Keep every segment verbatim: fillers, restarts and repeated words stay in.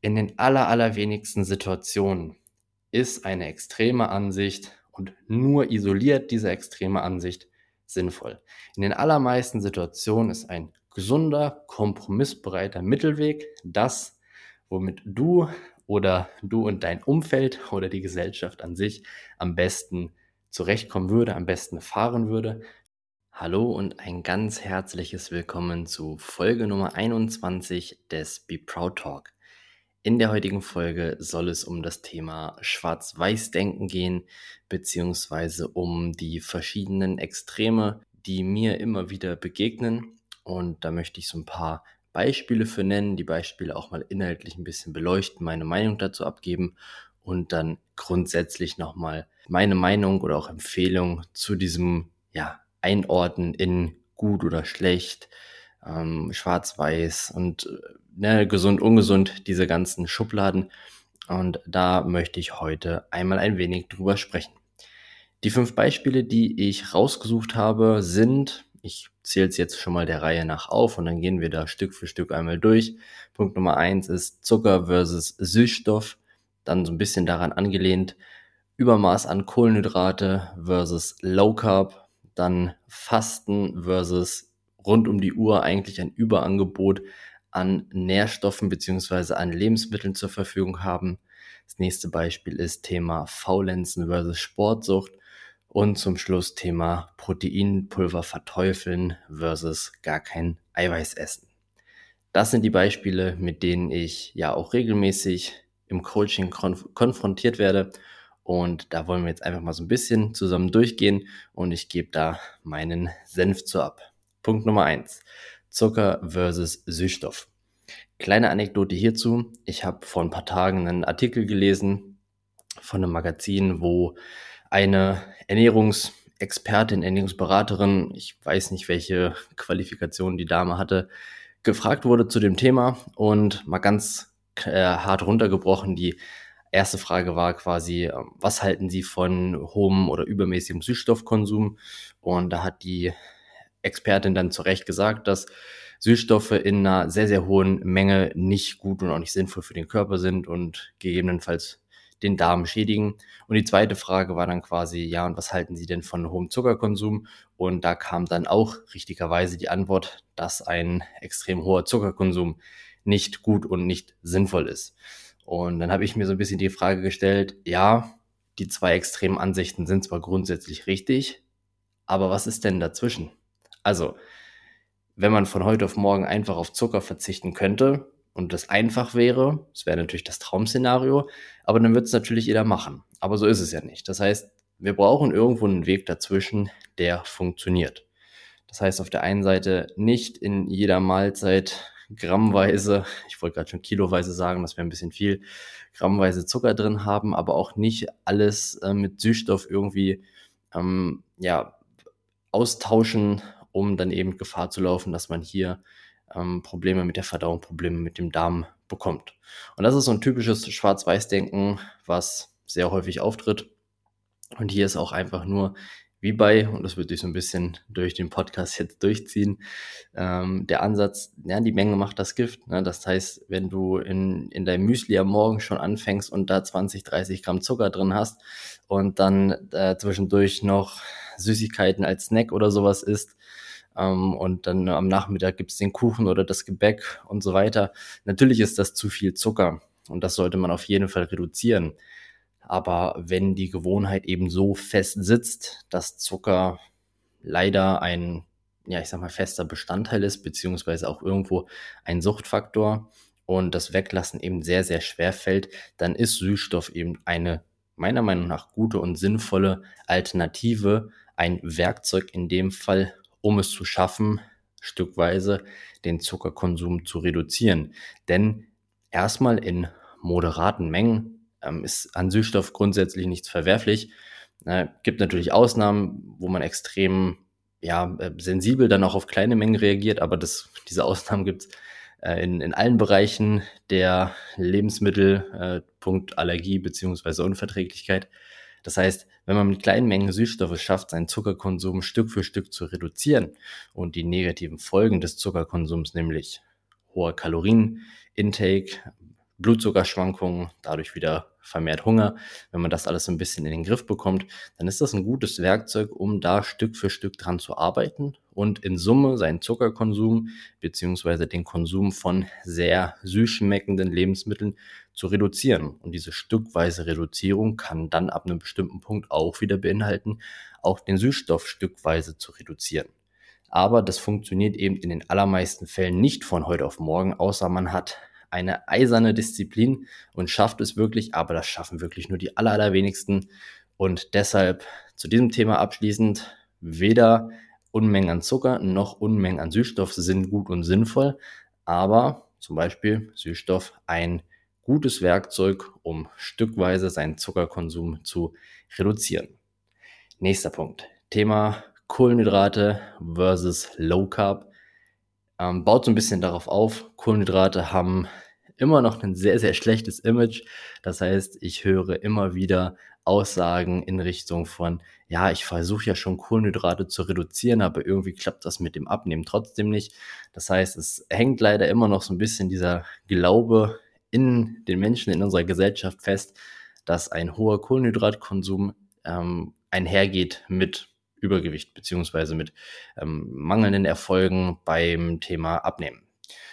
In den aller, allerwenigsten Situationen ist eine extreme Ansicht und nur isoliert diese extreme Ansicht sinnvoll. In den allermeisten Situationen ist ein gesunder, kompromissbereiter Mittelweg das, womit du oder du und dein Umfeld oder die Gesellschaft an sich am besten zurechtkommen würde, am besten fahren würde. Hallo und ein ganz herzliches Willkommen zu Folge Nummer einundzwanzig des Be Proud Talk. In der heutigen Folge soll es um das Thema Schwarz-Weiß-Denken gehen, beziehungsweise um die verschiedenen Extreme, die mir immer wieder begegnen. Und da möchte ich so ein paar Beispiele für nennen, die Beispiele auch mal inhaltlich ein bisschen beleuchten, meine Meinung dazu abgeben und dann grundsätzlich nochmal meine Meinung oder auch Empfehlung zu diesem, ja, Einordnen in gut oder schlecht, ähm, schwarz-weiß und äh, ne, gesund, ungesund, diese ganzen Schubladen. Und da möchte ich heute einmal ein wenig drüber sprechen. Die fünf Beispiele, die ich rausgesucht habe, sind, ich zähle es jetzt schon mal der Reihe nach auf und dann gehen wir da Stück für Stück einmal durch. Punkt Nummer eins ist Zucker versus Süßstoff, dann so ein bisschen daran angelehnt, Übermaß an Kohlenhydrate versus Low Carb, dann Fasten versus rund um die Uhr eigentlich ein Überangebot an Nährstoffen beziehungsweise an Lebensmitteln zur Verfügung haben. Das nächste Beispiel ist Thema Faulenzen versus Sportsucht und zum Schluss Thema Proteinpulver verteufeln versus gar kein Eiweiß essen. Das sind die Beispiele, mit denen ich ja auch regelmäßig im Coaching konf- konfrontiert werde. Und da wollen wir jetzt einfach mal so ein bisschen zusammen durchgehen und ich gebe da meinen Senf zu ab. Punkt Nummer eins. Zucker versus Süßstoff. Kleine Anekdote hierzu. Ich habe vor ein paar Tagen einen Artikel gelesen von einem Magazin, wo eine Ernährungsexpertin, Ernährungsberaterin, ich weiß nicht, welche Qualifikation die Dame hatte, gefragt wurde zu dem Thema und mal ganz äh, hart runtergebrochen. Die erste Frage war quasi, äh, was halten Sie von hohem oder übermäßigem Süßstoffkonsum? Und da hat die Expertin dann zu Recht gesagt, dass Süßstoffe in einer sehr, sehr hohen Menge nicht gut und auch nicht sinnvoll für den Körper sind und gegebenenfalls den Darm schädigen. Und die zweite Frage war dann quasi, ja, und was halten Sie denn von hohem Zuckerkonsum? Und da kam dann auch richtigerweise die Antwort, dass ein extrem hoher Zuckerkonsum nicht gut und nicht sinnvoll ist. Und dann habe ich mir so ein bisschen die Frage gestellt, ja, die zwei extremen Ansichten sind zwar grundsätzlich richtig, aber was ist denn dazwischen? Also, wenn man von heute auf morgen einfach auf Zucker verzichten könnte und das einfach wäre, das wäre natürlich das Traum-Szenario, aber dann wird es natürlich jeder machen. Aber so ist es ja nicht. Das heißt, wir brauchen irgendwo einen Weg dazwischen, der funktioniert. Das heißt, auf der einen Seite nicht in jeder Mahlzeit grammweise, ich wollte gerade schon kiloweise sagen, das wäre ein bisschen viel, grammweise Zucker drin haben, aber auch nicht alles äh, mit Süßstoff irgendwie ähm, ja, austauschen, um dann eben Gefahr zu laufen, dass man hier ähm, Probleme mit der Verdauung, Probleme mit dem Darm bekommt. Und das ist so ein typisches Schwarz-Weiß-Denken, was sehr häufig auftritt. Und hier ist auch einfach nur, wie bei, und das wird sich so ein bisschen durch den Podcast jetzt durchziehen, ähm, der Ansatz, ja, die Menge macht das Gift. Ne? Das heißt, wenn du in, in deinem Müsli am Morgen schon anfängst und da zwanzig, dreißig Gramm Zucker drin hast und dann äh, zwischendurch noch Süßigkeiten als Snack oder sowas isst, ähm, und dann am Nachmittag gibt's den Kuchen oder das Gebäck und so weiter. Natürlich ist das zu viel Zucker und das sollte man auf jeden Fall reduzieren. Aber wenn die Gewohnheit eben so fest sitzt, dass Zucker leider ein, ja, ich sag mal, fester Bestandteil ist, beziehungsweise auch irgendwo ein Suchtfaktor und das Weglassen eben sehr, sehr schwer fällt, dann ist Süßstoff eben eine meiner Meinung nach gute und sinnvolle Alternative, ein Werkzeug in dem Fall, um es zu schaffen, stückweise den Zuckerkonsum zu reduzieren. Denn erstmal in moderaten Mengen ähm, ist an Süßstoff grundsätzlich nichts verwerflich. Äh, gibt natürlich Ausnahmen, wo man extrem ja, äh, sensibel dann auch auf kleine Mengen reagiert, aber das, diese Ausnahmen gibt es äh, in, in allen Bereichen der Lebensmittel, äh, Punkt Allergie beziehungsweise Unverträglichkeit. Das heißt, wenn man mit kleinen Mengen Süßstoffe schafft, seinen Zuckerkonsum Stück für Stück zu reduzieren und die negativen Folgen des Zuckerkonsums, nämlich hoher Kalorienintake, Blutzuckerschwankungen, dadurch wieder vermehrt Hunger. Wenn man das alles so ein bisschen in den Griff bekommt, dann ist das ein gutes Werkzeug, um da Stück für Stück dran zu arbeiten und in Summe seinen Zuckerkonsum beziehungsweise den Konsum von sehr süß schmeckenden Lebensmitteln zu reduzieren. Und diese stückweise Reduzierung kann dann ab einem bestimmten Punkt auch wieder beinhalten, auch den Süßstoff stückweise zu reduzieren. Aber das funktioniert eben in den allermeisten Fällen nicht von heute auf morgen, außer man hat eine eiserne Disziplin und schafft es wirklich, aber das schaffen wirklich nur die aller, allerwenigsten. Und deshalb zu diesem Thema abschließend, weder Unmengen an Zucker noch Unmengen an Süßstoff sind gut und sinnvoll, aber zum Beispiel Süßstoff ein gutes Werkzeug, um stückweise seinen Zuckerkonsum zu reduzieren. Nächster Punkt, Thema Kohlenhydrate versus Low Carb. Ähm, baut so ein bisschen darauf auf, Kohlenhydrate haben immer noch ein sehr, sehr schlechtes Image. Das heißt, ich höre immer wieder Aussagen in Richtung von, ja, ich versuche ja schon Kohlenhydrate zu reduzieren, aber irgendwie klappt das mit dem Abnehmen trotzdem nicht. Das heißt, es hängt leider immer noch so ein bisschen dieser Glaube in den Menschen in unserer Gesellschaft fest, dass ein hoher Kohlenhydratkonsum ähm, einhergeht mit Übergewicht beziehungsweise mit ähm, mangelnden Erfolgen beim Thema Abnehmen.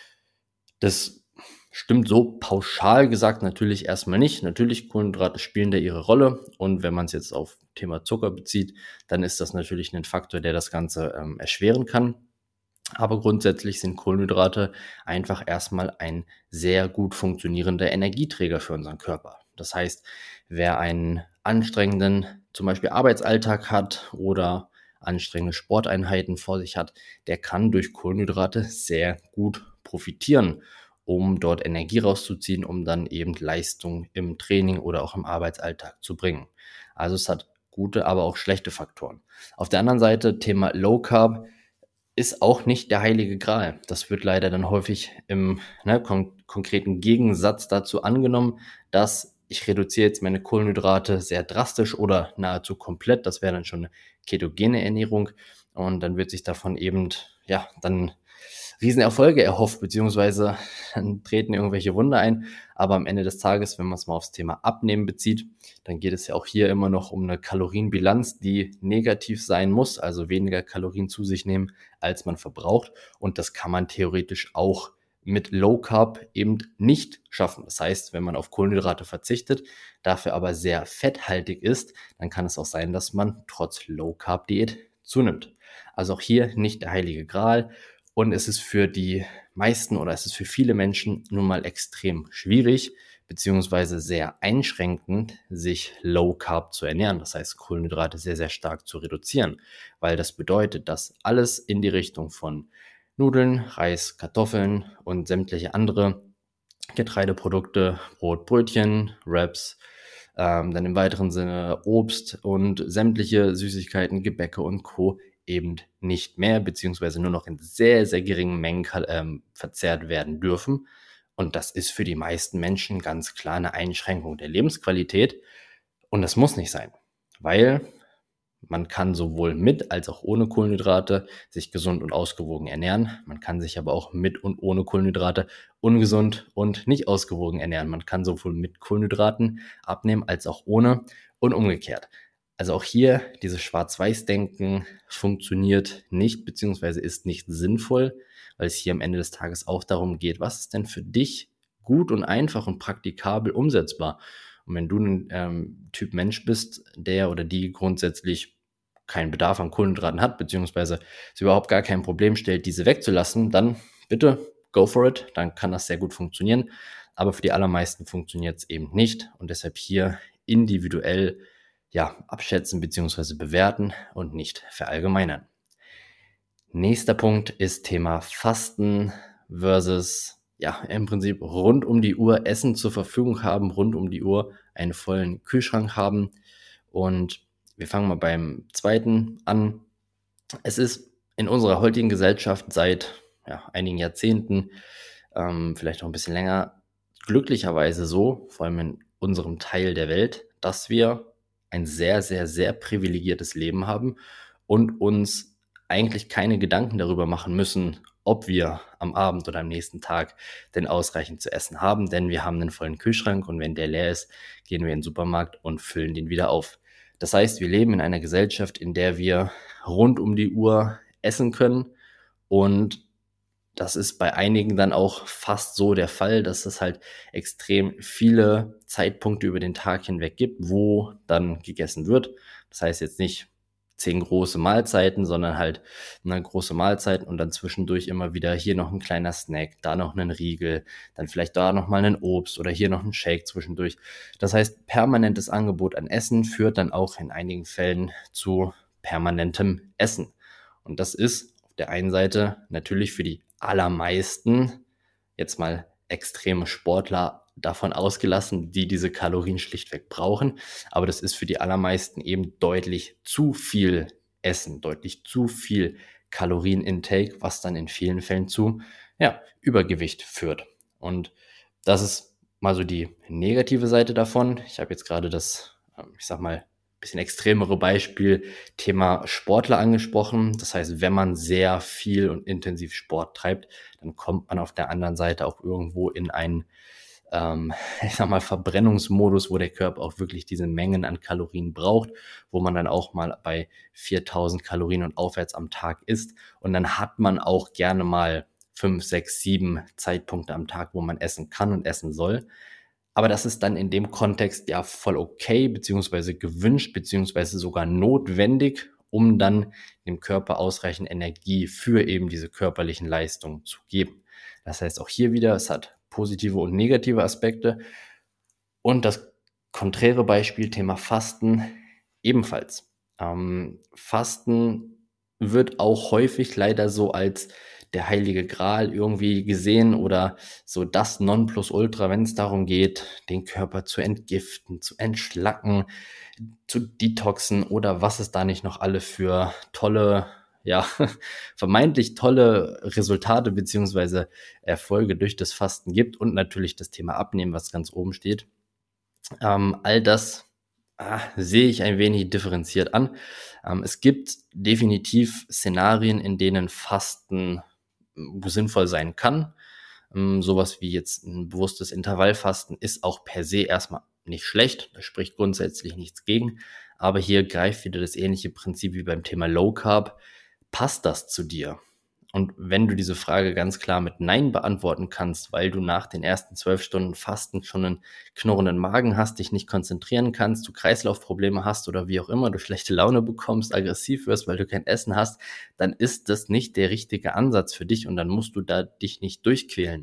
Das stimmt so pauschal gesagt natürlich erstmal nicht. Natürlich, Kohlenhydrate spielen da ihre Rolle und wenn man es jetzt auf Thema Zucker bezieht, dann ist das natürlich ein Faktor, der das Ganze ähm, erschweren kann. Aber grundsätzlich sind Kohlenhydrate einfach erstmal ein sehr gut funktionierender Energieträger für unseren Körper. Das heißt, wer einen anstrengenden, zum Beispiel Arbeitsalltag hat oder anstrengende Sporteinheiten vor sich hat, der kann durch Kohlenhydrate sehr gut profitieren, um dort Energie rauszuziehen, um dann eben Leistung im Training oder auch im Arbeitsalltag zu bringen. Also es hat gute, aber auch schlechte Faktoren. Auf der anderen Seite Thema Low Carb ist auch nicht der heilige Gral. Das wird leider dann häufig im ne, kon konkreten Gegensatz dazu angenommen, dass ich reduziere jetzt meine Kohlenhydrate sehr drastisch oder nahezu komplett. Das wäre dann schon eine ketogene Ernährung und dann wird sich davon eben, ja, dann Riesenerfolge erhofft, beziehungsweise dann treten irgendwelche Wunder ein. Aber am Ende des Tages, wenn man es mal aufs Thema Abnehmen bezieht, dann geht es ja auch hier immer noch um eine Kalorienbilanz, die negativ sein muss, also weniger Kalorien zu sich nehmen, als man verbraucht. Und das kann man theoretisch auch mit Low Carb eben nicht schaffen. Das heißt, wenn man auf Kohlenhydrate verzichtet, dafür aber sehr fetthaltig ist, dann kann es auch sein, dass man trotz Low Carb Diät zunimmt. Also auch hier nicht der heilige Gral. Und es ist für die meisten oder es ist für viele Menschen nun mal extrem schwierig, beziehungsweise sehr einschränkend, sich Low Carb zu ernähren. Das heißt, Kohlenhydrate sehr, sehr stark zu reduzieren, weil das bedeutet, dass alles in die Richtung von Nudeln, Reis, Kartoffeln und sämtliche andere Getreideprodukte, Brot, Brötchen, Wraps, ähm, dann im weiteren Sinne Obst und sämtliche Süßigkeiten, Gebäcke und Co. eben nicht mehr, beziehungsweise nur noch in sehr, sehr geringen Mengen ähm, verzehrt werden dürfen. Und das ist für die meisten Menschen ganz klar eine Einschränkung der Lebensqualität. Und das muss nicht sein, weil man kann sowohl mit als auch ohne Kohlenhydrate sich gesund und ausgewogen ernähren. Man kann sich aber auch mit und ohne Kohlenhydrate ungesund und nicht ausgewogen ernähren. Man kann sowohl mit Kohlenhydraten abnehmen als auch ohne und umgekehrt. Also auch hier dieses Schwarz-Weiß-Denken funktioniert nicht beziehungsweise ist nicht sinnvoll, weil es hier am Ende des Tages auch darum geht, was ist denn für dich gut und einfach und praktikabel umsetzbar? Und wenn du ein ähm, Typ Mensch bist, der oder die grundsätzlich keinen Bedarf an Kohlenhydraten hat, beziehungsweise es überhaupt gar kein Problem stellt, diese wegzulassen, dann bitte go for it, dann kann das sehr gut funktionieren. Aber für die allermeisten funktioniert es eben nicht und deshalb hier individuell ja, abschätzen beziehungsweise bewerten und nicht verallgemeinern. Nächster Punkt ist Thema Fasten versus ja, im Prinzip rund um die Uhr Essen zur Verfügung haben, rund um die Uhr einen vollen Kühlschrank haben. Und wir fangen mal beim zweiten an. Es ist in unserer heutigen Gesellschaft seit ja, einigen Jahrzehnten, ähm, vielleicht auch ein bisschen länger, glücklicherweise so, vor allem in unserem Teil der Welt, dass wir ein sehr, sehr, sehr privilegiertes Leben haben und uns eigentlich keine Gedanken darüber machen müssen, ob wir am Abend oder am nächsten Tag denn ausreichend zu essen haben, denn wir haben einen vollen Kühlschrank und wenn der leer ist, gehen wir in den Supermarkt und füllen den wieder auf. Das heißt, wir leben in einer Gesellschaft, in der wir rund um die Uhr essen können und das ist bei einigen dann auch fast so der Fall, dass es halt extrem viele Zeitpunkte über den Tag hinweg gibt, wo dann gegessen wird. Das heißt jetzt nicht zehn große Mahlzeiten, sondern halt eine große Mahlzeit und dann zwischendurch immer wieder hier noch ein kleiner Snack, da noch einen Riegel, dann vielleicht da noch mal ein Obst oder hier noch ein Shake zwischendurch. Das heißt, permanentes Angebot an Essen führt dann auch in einigen Fällen zu permanentem Essen. Und das ist auf der einen Seite natürlich für die allermeisten, jetzt mal extreme Sportler davon ausgelassen, die diese Kalorien schlichtweg brauchen. Aber das ist für die allermeisten eben deutlich zu viel Essen, deutlich zu viel Kalorienintake, was dann in vielen Fällen zu ja, Übergewicht führt. Und das ist mal so die negative Seite davon. Ich habe jetzt gerade das, ähm, ich sag mal, bisschen extremere Beispiel, Thema Sportler angesprochen. Das heißt, wenn man sehr viel und intensiv Sport treibt, dann kommt man auf der anderen Seite auch irgendwo in einen, ähm, ich sag mal, Verbrennungsmodus, wo der Körper auch wirklich diese Mengen an Kalorien braucht, wo man dann auch mal bei viertausend Kalorien und aufwärts am Tag isst. Und dann hat man auch gerne mal fünf, sechs, sieben Zeitpunkte am Tag, wo man essen kann und essen soll. Aber das ist dann in dem Kontext ja voll okay, beziehungsweise gewünscht, beziehungsweise sogar notwendig, um dann dem Körper ausreichend Energie für eben diese körperlichen Leistungen zu geben. Das heißt auch hier wieder, es hat positive und negative Aspekte. Und das konträre Beispiel, Thema Fasten, ebenfalls. Ähm, Fasten wird auch häufig leider so als der heilige Gral irgendwie gesehen oder so das Nonplusultra, wenn es darum geht, den Körper zu entgiften, zu entschlacken, zu detoxen oder was es da nicht noch alle für tolle, ja, vermeintlich tolle Resultate beziehungsweise Erfolge durch das Fasten gibt und natürlich das Thema Abnehmen, was ganz oben steht. Ähm, all das ah, sehe ich ein wenig differenziert an. Ähm, es gibt definitiv Szenarien, in denen Fasten äh, sinnvoll sein kann. Ähm, sowas wie jetzt ein bewusstes Intervallfasten ist auch per se erstmal nicht schlecht. Da spricht grundsätzlich nichts gegen. Aber hier greift wieder das ähnliche Prinzip wie beim Thema Low Carb. Passt das zu dir? Und wenn du diese Frage ganz klar mit Nein beantworten kannst, weil du nach den ersten zwölf Stunden Fasten schon einen knurrenden Magen hast, dich nicht konzentrieren kannst, du Kreislaufprobleme hast oder wie auch immer, du schlechte Laune bekommst, aggressiv wirst, weil du kein Essen hast, dann ist das nicht der richtige Ansatz für dich und dann musst du da dich nicht durchquälen.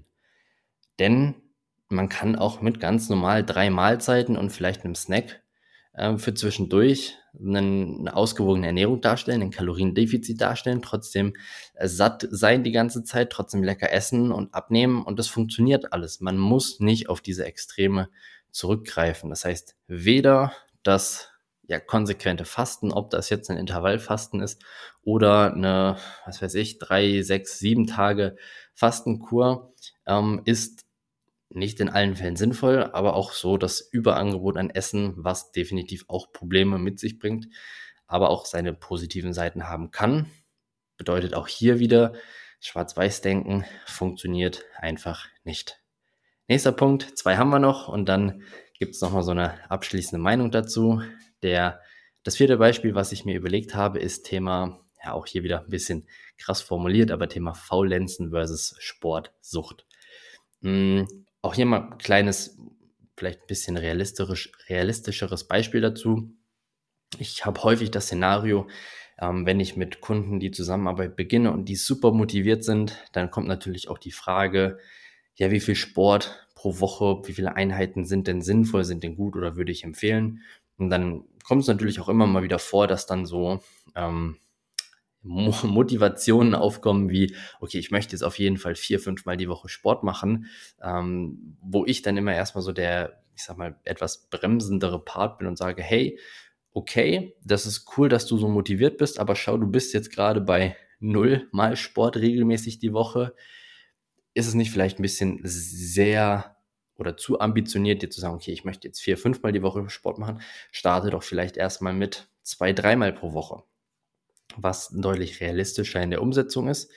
Denn man kann auch mit ganz normal drei Mahlzeiten und vielleicht einem Snack äh, für zwischendurch einen, eine ausgewogene Ernährung darstellen, ein Kaloriendefizit darstellen, trotzdem äh, satt sein die ganze Zeit, trotzdem lecker essen und abnehmen und das funktioniert alles. Man muss nicht auf diese Extreme zurückgreifen. Das heißt, weder das ja, konsequente Fasten, ob das jetzt ein Intervallfasten ist oder eine, was weiß ich, drei, sechs, sieben Tage Fastenkur, ähm, ist nicht in allen Fällen sinnvoll, aber auch so das Überangebot an Essen, was definitiv auch Probleme mit sich bringt, aber auch seine positiven Seiten haben kann. Bedeutet auch hier wieder, Schwarz-Weiß-Denken funktioniert einfach nicht. Nächster Punkt, zwei haben wir noch und dann gibt es nochmal so eine abschließende Meinung dazu. Der, das vierte Beispiel, was ich mir überlegt habe, ist Thema, ja auch hier wieder ein bisschen krass formuliert, aber Thema Faulenzen versus Sportsucht. Hm, auch hier mal ein kleines, vielleicht ein bisschen realistisch, realistischeres Beispiel dazu. Ich habe häufig das Szenario, ähm, wenn ich mit Kunden die Zusammenarbeit beginne und die super motiviert sind, dann kommt natürlich auch die Frage, ja, wie viel Sport pro Woche, wie viele Einheiten sind denn sinnvoll, sind denn gut oder würde ich empfehlen? Und dann kommt es natürlich auch immer mal wieder vor, dass dann so ähm, Mo- Motivationen aufkommen wie, okay, ich möchte jetzt auf jeden Fall vier, fünf Mal die Woche Sport machen, ähm, wo ich dann immer erstmal so der, ich sag mal, etwas bremsendere Part bin und sage, hey, okay, das ist cool, dass du so motiviert bist, aber schau, du bist jetzt gerade bei null Mal Sport regelmäßig die Woche. Ist es nicht vielleicht ein bisschen sehr oder zu ambitioniert, dir zu sagen, okay, ich möchte jetzt vier, fünf Mal die Woche Sport machen, starte doch vielleicht erstmal mit zwei, dreimal pro Woche, was deutlich realistischer in der Umsetzung ist,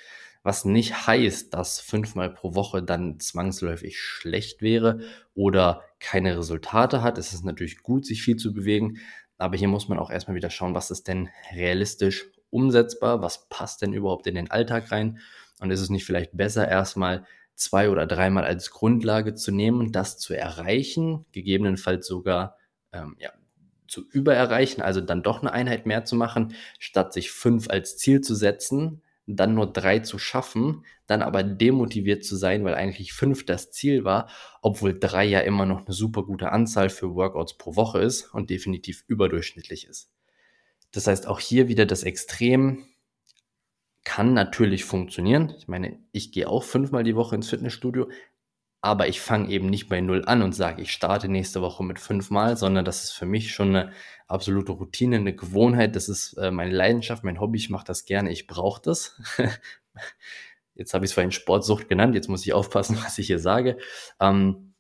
was nicht heißt, dass fünfmal pro Woche dann zwangsläufig schlecht wäre oder keine Resultate hat. Es ist natürlich gut, sich viel zu bewegen, aber hier muss man auch erstmal wieder schauen, was ist denn realistisch umsetzbar, was passt denn überhaupt in den Alltag rein und ist es nicht vielleicht besser, erstmal zwei oder dreimal als Grundlage zu nehmen, das zu erreichen, gegebenenfalls sogar ähm, ja, zu übererreichen, also dann doch eine Einheit mehr zu machen, statt sich fünf als Ziel zu setzen, dann nur drei zu schaffen, dann aber demotiviert zu sein, weil eigentlich fünf das Ziel war, obwohl drei ja immer noch eine super gute Anzahl für Workouts pro Woche ist und definitiv überdurchschnittlich ist. Das heißt, auch hier wieder das Extrem kann natürlich funktionieren. Ich meine, ich gehe auch fünfmal die Woche ins Fitnessstudio, aber ich fange eben nicht bei null an und sage, ich starte nächste Woche mit fünfmal, sondern das ist für mich schon eine absolute Routine, eine Gewohnheit. Das ist äh, meine Leidenschaft, mein Hobby. Ich mache das gerne, ich brauche das. Jetzt habe ich es vorhin Sportsucht genannt, jetzt muss ich aufpassen, was ich hier sage. Ähm,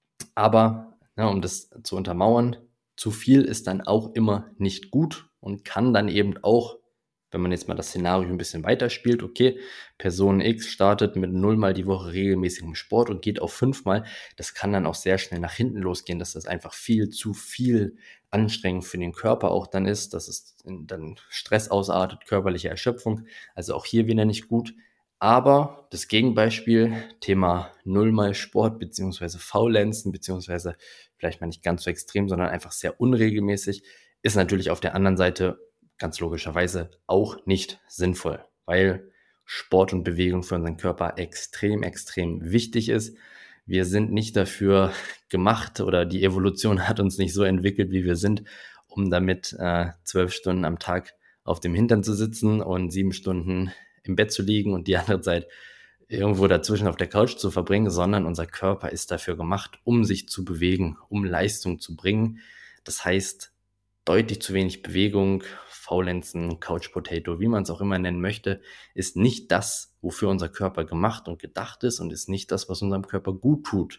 aber ne, um das zu untermauern, zu viel ist dann auch immer nicht gut und kann dann eben auch, wenn man jetzt mal das Szenario ein bisschen weiterspielt, okay, Person X startet mit nullmal die Woche regelmäßigem Sport und geht auf fünfmal, das kann dann auch sehr schnell nach hinten losgehen, dass das einfach viel zu viel anstrengend für den Körper auch dann ist, dass es dann Stress ausartet, körperliche Erschöpfung, also auch hier wieder nicht gut. Aber das Gegenbeispiel, Thema nullmal Sport beziehungsweise Faulenzen, beziehungsweise vielleicht mal nicht ganz so extrem, sondern einfach sehr unregelmäßig, ist natürlich auf der anderen Seite ganz logischerweise auch nicht sinnvoll, weil Sport und Bewegung für unseren Körper extrem, extrem wichtig ist. Wir sind nicht dafür gemacht oder die Evolution hat uns nicht so entwickelt, wie wir sind, um damit äh, zwölf Stunden am Tag auf dem Hintern zu sitzen und sieben Stunden im Bett zu liegen und die andere Zeit irgendwo dazwischen auf der Couch zu verbringen, sondern unser Körper ist dafür gemacht, um sich zu bewegen, um Leistung zu bringen. Das heißt, deutlich zu wenig Bewegung, Faulenzen, Couch Potato, wie man es auch immer nennen möchte, ist nicht das, wofür unser Körper gemacht und gedacht ist und ist nicht das, was unserem Körper gut tut.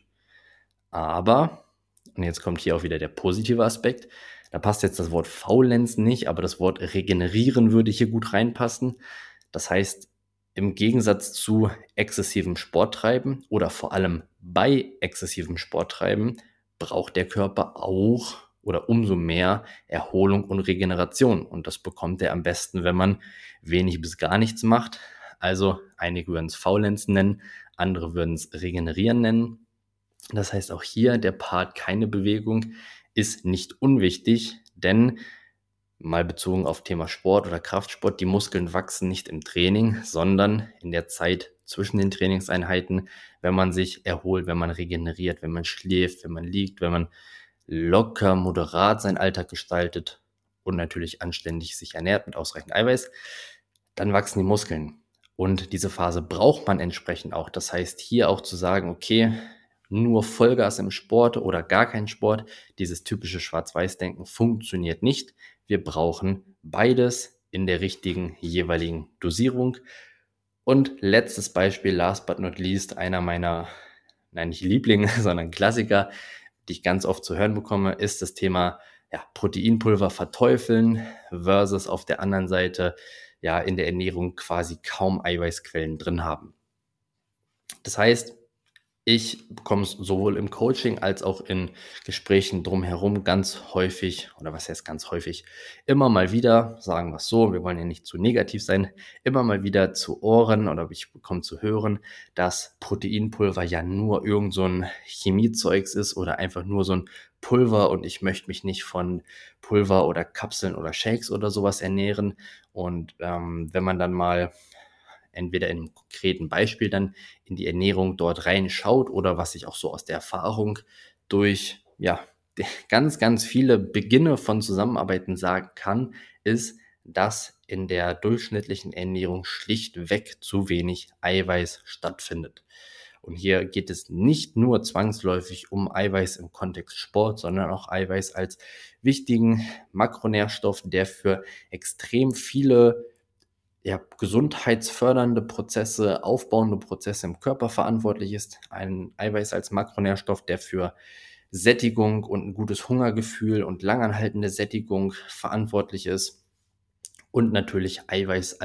Aber, und jetzt kommt hier auch wieder der positive Aspekt, da passt jetzt das Wort Faulenzen nicht, aber das Wort regenerieren würde hier gut reinpassen. Das heißt, im Gegensatz zu exzessivem Sporttreiben oder vor allem bei exzessivem Sporttreiben braucht der Körper auch oder umso mehr Erholung und Regeneration. Und das bekommt er am besten, wenn man wenig bis gar nichts macht. Also einige würden es Faulenzen nennen, andere würden es Regenerieren nennen. Das heißt auch hier, der Part keine Bewegung ist nicht unwichtig, denn mal bezogen auf Thema Sport oder Kraftsport, die Muskeln wachsen nicht im Training, sondern in der Zeit zwischen den Trainingseinheiten, wenn man sich erholt, wenn man regeneriert, wenn man schläft, wenn man liegt, wenn man locker, moderat seinen Alltag gestaltet und natürlich anständig sich ernährt mit ausreichend Eiweiß, dann wachsen die Muskeln. Und diese Phase braucht man entsprechend auch. Das heißt, hier auch zu sagen, okay, nur Vollgas im Sport oder gar kein Sport, dieses typische Schwarz-Weiß-Denken funktioniert nicht. Wir brauchen beides in der richtigen jeweiligen Dosierung. Und letztes Beispiel, last but not least, einer meiner, nein, nicht Lieblinge, sondern Klassiker, die ich ganz oft zu hören bekomme, ist das Thema ja, Proteinpulver verteufeln versus auf der anderen Seite ja in der Ernährung quasi kaum Eiweißquellen drin haben. Das heißt, ich bekomme es sowohl im Coaching als auch in Gesprächen drumherum ganz häufig, oder was heißt ganz häufig, immer mal wieder, sagen wir es so, wir wollen ja nicht zu negativ sein, immer mal wieder zu Ohren oder ich bekomme zu hören, dass Proteinpulver ja nur irgend so ein Chemiezeugs ist oder einfach nur so ein Pulver und ich möchte mich nicht von Pulver oder Kapseln oder Shakes oder sowas ernähren. Und ähm, wenn man dann mal entweder in einem konkreten Beispiel dann in die Ernährung dort reinschaut oder was ich auch so aus der Erfahrung durch ja ganz, ganz viele Beginne von Zusammenarbeiten sagen kann, ist, dass in der durchschnittlichen Ernährung schlichtweg zu wenig Eiweiß stattfindet. Und hier geht es nicht nur zwangsläufig um Eiweiß im Kontext Sport, sondern auch Eiweiß als wichtigen Makronährstoff, der für extrem viele ja, gesundheitsfördernde Prozesse, aufbauende Prozesse im Körper verantwortlich ist. Ein Eiweiß als Makronährstoff, der für Sättigung und ein gutes Hungergefühl und langanhaltende Sättigung verantwortlich ist. Und natürlich Eiweiß als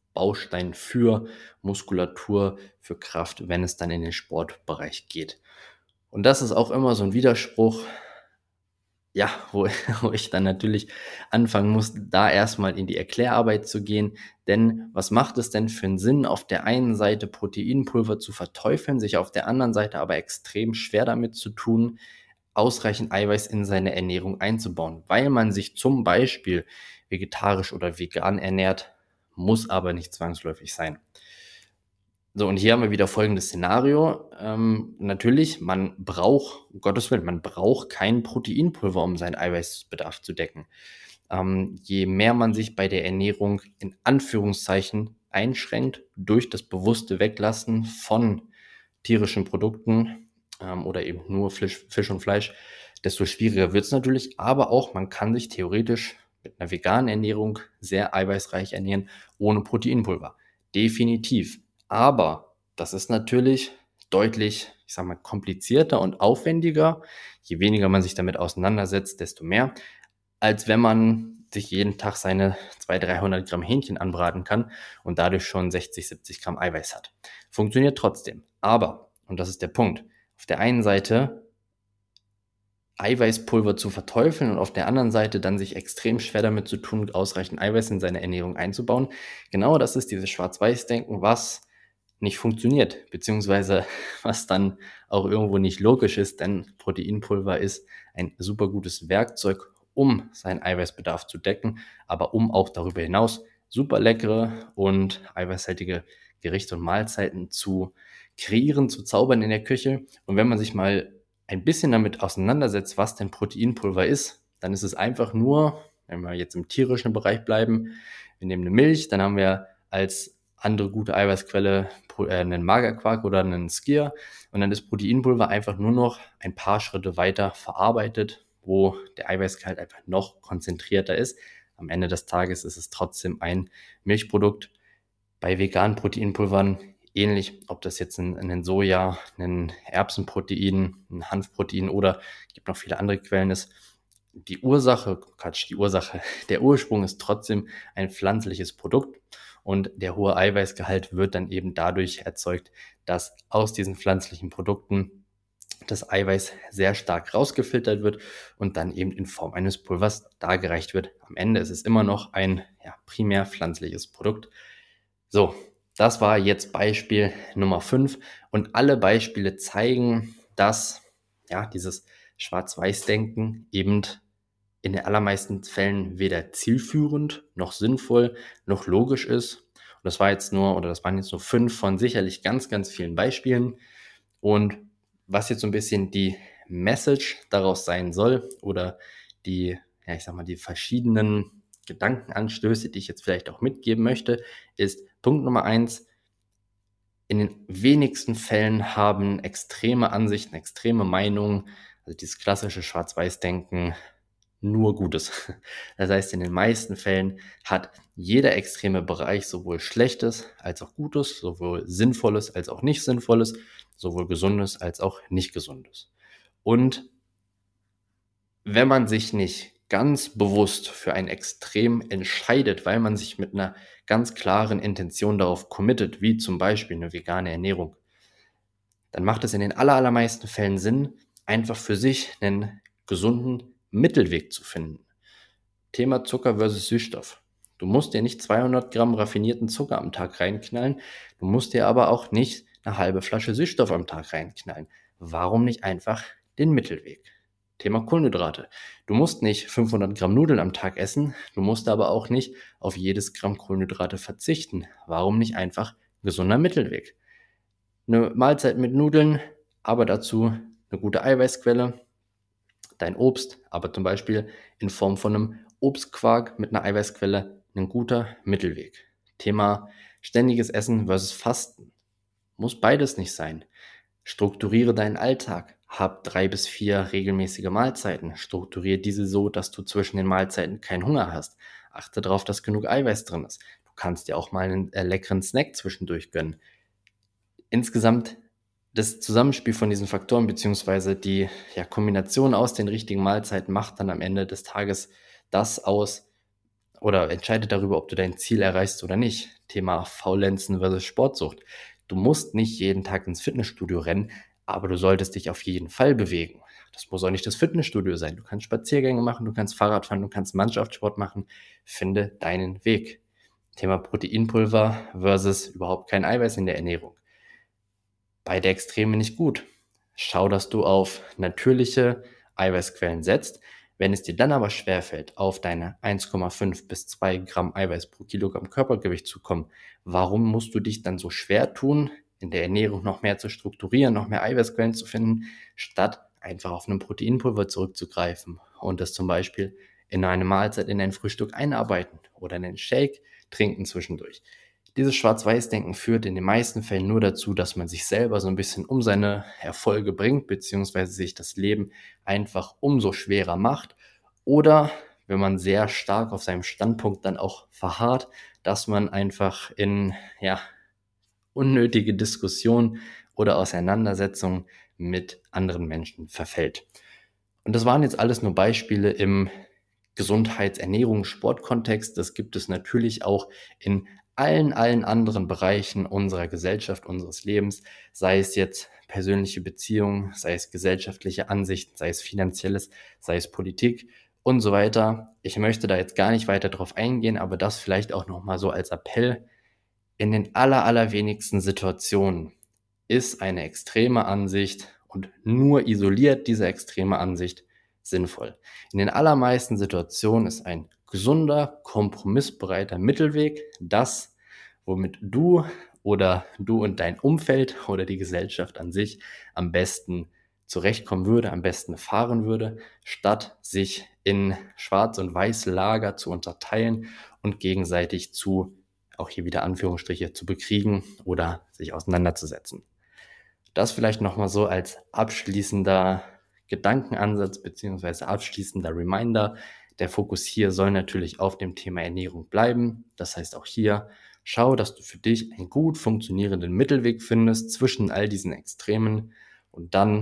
Baustein für Muskulatur, für Kraft, wenn es dann in den Sportbereich geht. Und das ist auch immer so ein Widerspruch, ja, wo wo ich dann natürlich anfangen muss, da erstmal in die Erklärarbeit zu gehen. Denn was macht es denn für einen Sinn, auf der einen Seite Proteinpulver zu verteufeln, sich auf der anderen Seite aber extrem schwer damit zu tun, ausreichend Eiweiß in seine Ernährung einzubauen? Weil man sich zum Beispiel vegetarisch oder vegan ernährt, muss aber nicht zwangsläufig sein. So, und hier haben wir wieder folgendes Szenario. Ähm, natürlich, man braucht, um Gottes Willen, man braucht kein Proteinpulver, um seinen Eiweißbedarf zu decken. Ähm, je mehr man sich bei der Ernährung in Anführungszeichen einschränkt durch das bewusste Weglassen von tierischen Produkten ähm, oder eben nur Fisch, Fisch und Fleisch, desto schwieriger wird es natürlich. Aber auch man kann sich theoretisch mit einer veganen Ernährung sehr eiweißreich ernähren, ohne Proteinpulver. Definitiv. Aber das ist natürlich deutlich, ich sage mal, komplizierter und aufwendiger. Je weniger man sich damit auseinandersetzt, desto mehr, als wenn man sich jeden Tag seine zweihundert, dreihundert Gramm Hähnchen anbraten kann und dadurch schon sechzig, siebzig Gramm Eiweiß hat. Funktioniert trotzdem. Aber, und das ist der Punkt, auf der einen Seite Eiweißpulver zu verteufeln und auf der anderen Seite dann sich extrem schwer damit zu tun, ausreichend Eiweiß in seine Ernährung einzubauen. Genau das ist dieses Schwarz-Weiß-Denken, was nicht funktioniert, beziehungsweise was dann auch irgendwo nicht logisch ist, denn Proteinpulver ist ein super gutes Werkzeug, um seinen Eiweißbedarf zu decken, aber um auch darüber hinaus super leckere und eiweißhaltige Gerichte und Mahlzeiten zu kreieren, zu zaubern in der Küche. Und wenn man sich mal ein bisschen damit auseinandersetzt, was denn Proteinpulver ist, dann ist es einfach nur, wenn wir jetzt im tierischen Bereich bleiben, wir nehmen eine Milch, dann haben wir als andere gute Eiweißquelle äh, einen Magerquark oder einen Skier und dann ist Proteinpulver einfach nur noch ein paar Schritte weiter verarbeitet, wo der Eiweißgehalt einfach noch konzentrierter ist. Am Ende des Tages ist es trotzdem ein Milchprodukt. Bei veganen Proteinpulvern ähnlich, ob das jetzt ein, ein Soja, ein Erbsenprotein, ein Hanfprotein oder gibt noch viele andere Quellen ist. Die Ursache, Quatsch, die Ursache, der Ursprung ist trotzdem ein pflanzliches Produkt und der hohe Eiweißgehalt wird dann eben dadurch erzeugt, dass aus diesen pflanzlichen Produkten das Eiweiß sehr stark rausgefiltert wird und dann eben in Form eines Pulvers dargereicht wird. Am Ende ist es immer noch ein ja, primär pflanzliches Produkt. So, das war jetzt Beispiel Nummer fünf und alle Beispiele zeigen, dass ja, dieses Schwarz-Weiß-Denken eben in den allermeisten Fällen weder zielführend noch sinnvoll noch logisch ist. Und das war jetzt nur, oder das waren jetzt nur fünf von sicherlich ganz, ganz vielen Beispielen. Und was jetzt so ein bisschen die Message daraus sein soll oder die, ja, ich sag mal, die verschiedenen Gedankenanstöße, die ich jetzt vielleicht auch mitgeben möchte, ist Punkt Nummer eins. In den wenigsten Fällen haben extreme Ansichten, extreme Meinungen, also dieses klassische Schwarz-Weiß-Denken, nur Gutes. Das heißt, in den meisten Fällen hat jeder extreme Bereich sowohl Schlechtes als auch Gutes, sowohl Sinnvolles als auch nicht Sinnvolles, sowohl Gesundes als auch nicht Gesundes. Und wenn man sich nicht ganz bewusst für ein Extrem entscheidet, weil man sich mit einer ganz klaren Intention darauf committet, wie zum Beispiel eine vegane Ernährung, dann macht es in den allermeisten Fällen Sinn, einfach für sich einen gesunden Mittelweg zu finden. Thema Zucker versus Süßstoff. Du musst dir nicht zweihundert Gramm raffinierten Zucker am Tag reinknallen, du musst dir aber auch nicht eine halbe Flasche Süßstoff am Tag reinknallen. Warum nicht einfach den Mittelweg? Thema Kohlenhydrate. Du musst nicht fünfhundert Gramm Nudeln am Tag essen, du musst aber auch nicht auf jedes Gramm Kohlenhydrate verzichten. Warum nicht einfach gesunder Mittelweg? Eine Mahlzeit mit Nudeln, aber dazu eine gute Eiweißquelle, dein Obst, aber zum Beispiel in Form von einem Obstquark mit einer Eiweißquelle, ein guter Mittelweg. Thema ständiges Essen versus Fasten. Muss beides nicht sein. Strukturiere deinen Alltag. Hab drei bis vier regelmäßige Mahlzeiten. Strukturiere diese so, dass du zwischen den Mahlzeiten keinen Hunger hast. Achte darauf, dass genug Eiweiß drin ist. Du kannst dir auch mal einen äh, leckeren Snack zwischendurch gönnen. Insgesamt das Zusammenspiel von diesen Faktoren beziehungsweise die ja, Kombination aus den richtigen Mahlzeiten macht dann am Ende des Tages das aus oder entscheidet darüber, ob du dein Ziel erreichst oder nicht. Thema Faulenzen versus Sportsucht. Du musst nicht jeden Tag ins Fitnessstudio rennen, aber du solltest dich auf jeden Fall bewegen. Das muss auch nicht das Fitnessstudio sein. Du kannst Spaziergänge machen, du kannst Fahrrad fahren, du kannst Mannschaftssport machen. Finde deinen Weg. Thema Proteinpulver versus überhaupt kein Eiweiß in der Ernährung. Beide Extreme nicht gut. Schau, dass du auf natürliche Eiweißquellen setzt. Wenn es dir dann aber schwerfällt, auf deine eins Komma fünf bis zwei Gramm Eiweiß pro Kilogramm Körpergewicht zu kommen, warum musst du dich dann so schwer tun, in der Ernährung noch mehr zu strukturieren, noch mehr Eiweißquellen zu finden, statt einfach auf ein Proteinpulver zurückzugreifen und das zum Beispiel in eine Mahlzeit, in ein Frühstück einarbeiten oder in einen Shake trinken zwischendurch. Dieses Schwarz-Weiß-Denken führt in den meisten Fällen nur dazu, dass man sich selber so ein bisschen um seine Erfolge bringt, beziehungsweise sich das Leben einfach umso schwerer macht. Oder wenn man sehr stark auf seinem Standpunkt dann auch verharrt, dass man einfach in ja, unnötige Diskussionen oder Auseinandersetzungen mit anderen Menschen verfällt. Und das waren jetzt alles nur Beispiele im Gesundheits-, Ernährungs-, Sportkontext. Das gibt es natürlich auch in allen, allen anderen Bereichen unserer Gesellschaft, unseres Lebens, sei es jetzt persönliche Beziehungen, sei es gesellschaftliche Ansichten, sei es finanzielles, sei es Politik und so weiter. Ich möchte da jetzt gar nicht weiter drauf eingehen, aber das vielleicht auch nochmal so als Appell. In den aller, allerwenigsten Situationen ist eine extreme Ansicht und nur isoliert diese extreme Ansicht sinnvoll. In den allermeisten Situationen ist ein gesunder, kompromissbereiter Mittelweg das, womit du oder du und dein Umfeld oder die Gesellschaft an sich am besten zurechtkommen würde, am besten fahren würde, statt sich in schwarz und weiße Lager zu unterteilen und gegenseitig zu, auch hier wieder Anführungsstriche, zu bekriegen oder sich auseinanderzusetzen. Das vielleicht nochmal so als abschließender Gedankenansatz beziehungsweise abschließender Reminder. Der Fokus hier soll natürlich auf dem Thema Ernährung bleiben. Das heißt auch hier, schau, dass du für dich einen gut funktionierenden Mittelweg findest zwischen all diesen Extremen und dann,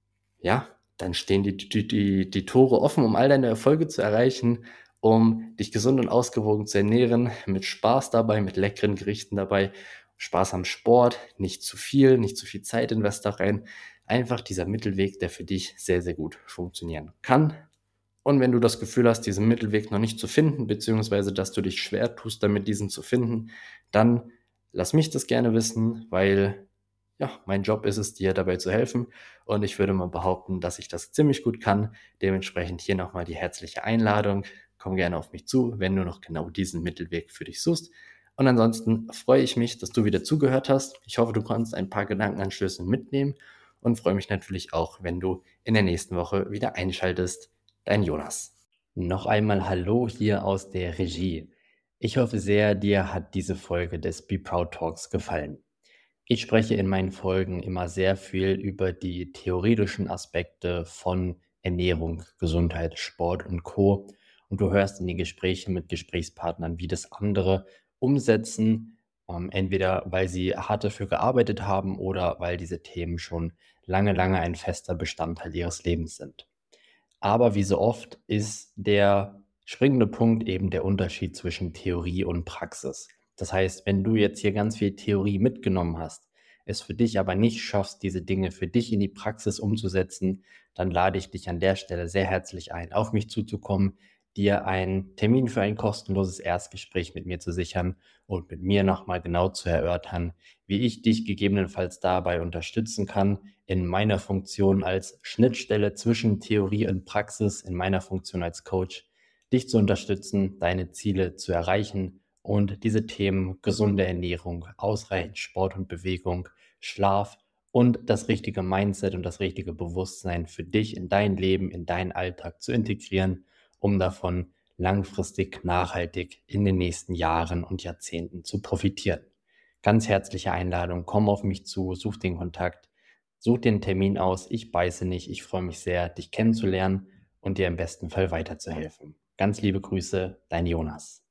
ja, dann stehen die, die, die, die Tore offen, um all deine Erfolge zu erreichen, um dich gesund und ausgewogen zu ernähren, mit Spaß dabei, mit leckeren Gerichten dabei, Spaß am Sport, nicht zu viel, nicht zu viel Zeit in was da rein. Einfach dieser Mittelweg, der für dich sehr, sehr gut funktionieren kann. Und wenn du das Gefühl hast, diesen Mittelweg noch nicht zu finden, beziehungsweise dass du dich schwer tust, damit diesen zu finden, dann lass mich das gerne wissen, weil ja, mein Job ist es, dir dabei zu helfen. Und ich würde mal behaupten, dass ich das ziemlich gut kann. Dementsprechend hier nochmal die herzliche Einladung. Komm gerne auf mich zu, wenn du noch genau diesen Mittelweg für dich suchst. Und ansonsten freue ich mich, dass du wieder zugehört hast. Ich hoffe, du konntest ein paar Gedankenanstöße mitnehmen und freue mich natürlich auch, wenn du in der nächsten Woche wieder einschaltest. Dein Jonas. Noch einmal Hallo hier aus der Regie. Ich hoffe sehr, dir hat diese Folge des Be Proud Talks gefallen. Ich spreche in meinen Folgen immer sehr viel über die theoretischen Aspekte von Ernährung, Gesundheit, Sport und Co. Und du hörst in den Gesprächen mit Gesprächspartnern, wie das andere umsetzen, ähm, entweder weil sie hart dafür gearbeitet haben oder weil diese Themen schon lange, lange ein fester Bestandteil ihres Lebens sind. Aber wie so oft ist der springende Punkt eben der Unterschied zwischen Theorie und Praxis. Das heißt, wenn du jetzt hier ganz viel Theorie mitgenommen hast, es für dich aber nicht schaffst, diese Dinge für dich in die Praxis umzusetzen, dann lade ich dich an der Stelle sehr herzlich ein, auf mich zuzukommen, dir einen Termin für ein kostenloses Erstgespräch mit mir zu sichern und mit mir nochmal genau zu erörtern, wie ich dich gegebenenfalls dabei unterstützen kann, in meiner Funktion als Schnittstelle zwischen Theorie und Praxis, in meiner Funktion als Coach, dich zu unterstützen, deine Ziele zu erreichen und diese Themen gesunde Ernährung, ausreichend Sport und Bewegung, Schlaf und das richtige Mindset und das richtige Bewusstsein für dich in dein Leben, in deinen Alltag zu integrieren, um davon langfristig, nachhaltig in den nächsten Jahren und Jahrzehnten zu profitieren. Ganz herzliche Einladung, komm auf mich zu, such den Kontakt, such den Termin aus. Ich beiße nicht, ich freue mich sehr, dich kennenzulernen und dir im besten Fall weiterzuhelfen. Ganz liebe Grüße, dein Jonas.